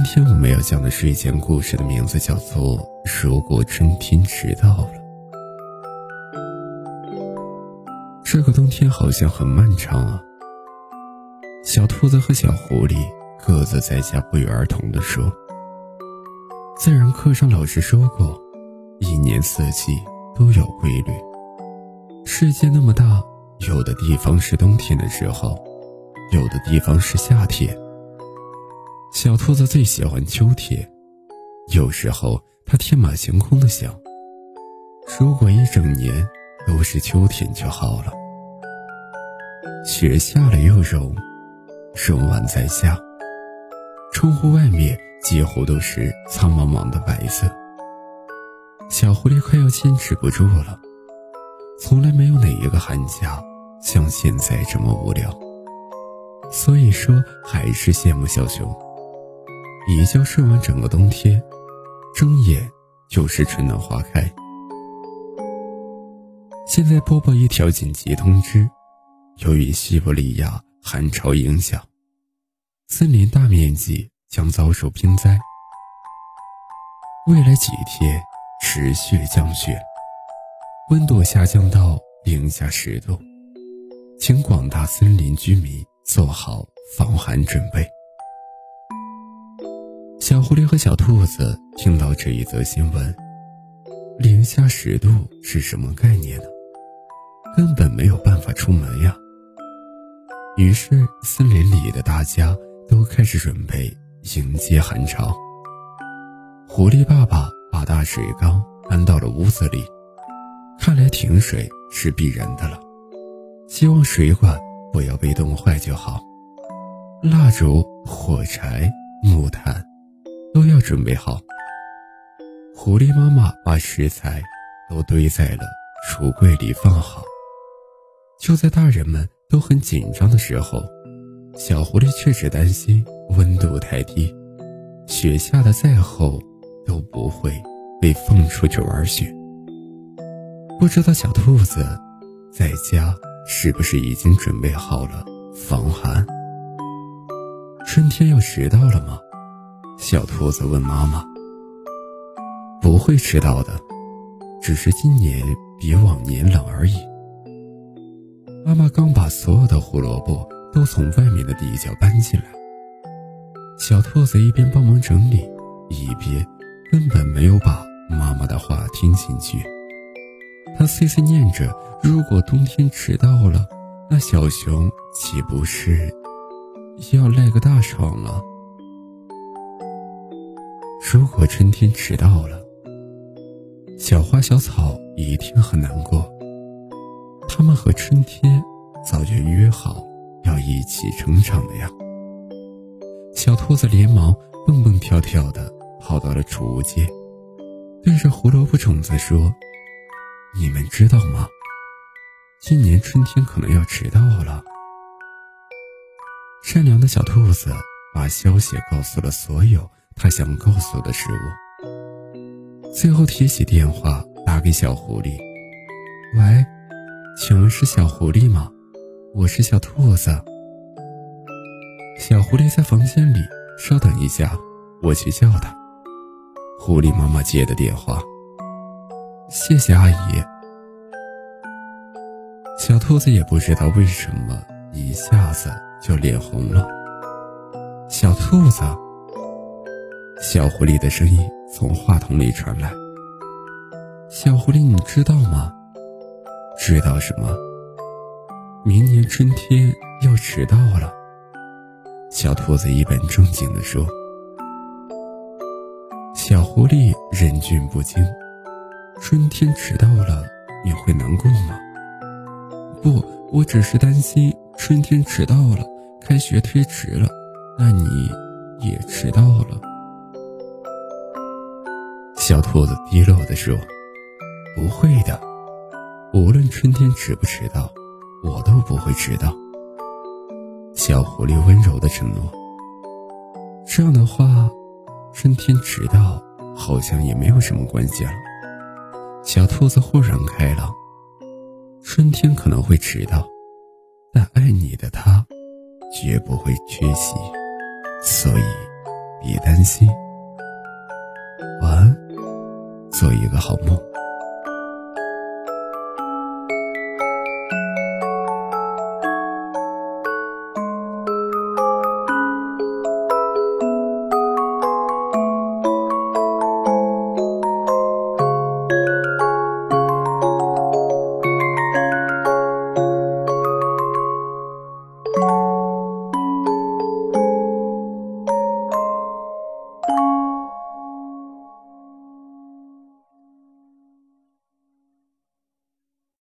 天我们要讲的睡前故事的名字叫做《如果春天迟到了》。这个冬天好像很漫长啊。小兔子和小狐狸各自在家不约而同地说，自然课上老师说过，一年四季都有规律。世界那么大，有的地方是冬天的时候，有的地方是夏天。小兔子最喜欢秋天，有时候它天马行空地想，如果一整年都是秋天就好了。雪下了又融，融完再下，窗户外面几乎都是苍茫茫的白色。小狐狸快要坚持不住了，从来没有哪一个寒假像现在这么无聊，所以说还是羡慕小熊，一觉睡完整个冬天，睁眼就是春暖花开。现在播报一条紧急通知，由于西伯利亚寒潮影响，森林大面积将遭受冰灾，未来几天持续降雪，温度下降到-10度，请广大森林居民做好防寒准备。小狐狸和小兔子听到这一则新闻，-10度是什么概念呢？根本没有办法出门呀。于是森林里的大家都开始准备迎接寒潮。狐狸爸爸把大水缸搬到了屋子里，看来停水是必然的了，希望水管不要被冻坏就好。蜡烛、火柴、木炭都要准备好。狐狸妈妈把食材都堆在了橱柜里放好。就在大人们都很紧张的时候，小狐狸却只担心温度太低，雪下的再厚都不会被放出去玩雪。不知道小兔子在家是不是已经准备好了防寒？春天要迟到了吗？小兔子问妈妈。不会迟到的，只是今年比往年冷而已。妈妈刚把所有的胡萝卜都从外面的地窖搬进来，小兔子一边帮忙整理，一边根本没有把妈妈的话听进去。他碎碎念着，如果冬天迟到了，那小熊岂不是要赖个大场了？如果春天迟到了，小花小草一定很难过，他们和春天早就约好要一起成长的呀。小兔子连忙蹦蹦跳跳地跑到了储物间，对着胡萝卜种子说，你们知道吗？今年春天可能要迟到了。善良的小兔子把消息告诉了所有他想告诉的事物，最后提起电话打给小狐狸。喂，请问是小狐狸吗？我是小兔子。小狐狸在房间里，稍等一下，我去叫他。狐狸妈妈接的电话。谢谢阿姨。小兔子也不知道为什么一下子就脸红了。小兔子，小狐狸的声音从话筒里传来。小狐狸，你知道吗？知道什么？明年春天要迟到了。小兔子一本正经地说。小狐狸忍俊不禁，春天迟到了，你会难过吗？不，我只是担心春天迟到了，开学推迟了，那你也迟到了。小兔子低落地说，不会的，无论春天迟不迟到，我都不会迟到。小狐狸温柔地承诺。这样的话，春天迟到好像也没有什么关系了。小兔子豁然开朗，春天可能会迟到，但爱你的他绝不会缺席，所以别担心。晚安，做一个好梦。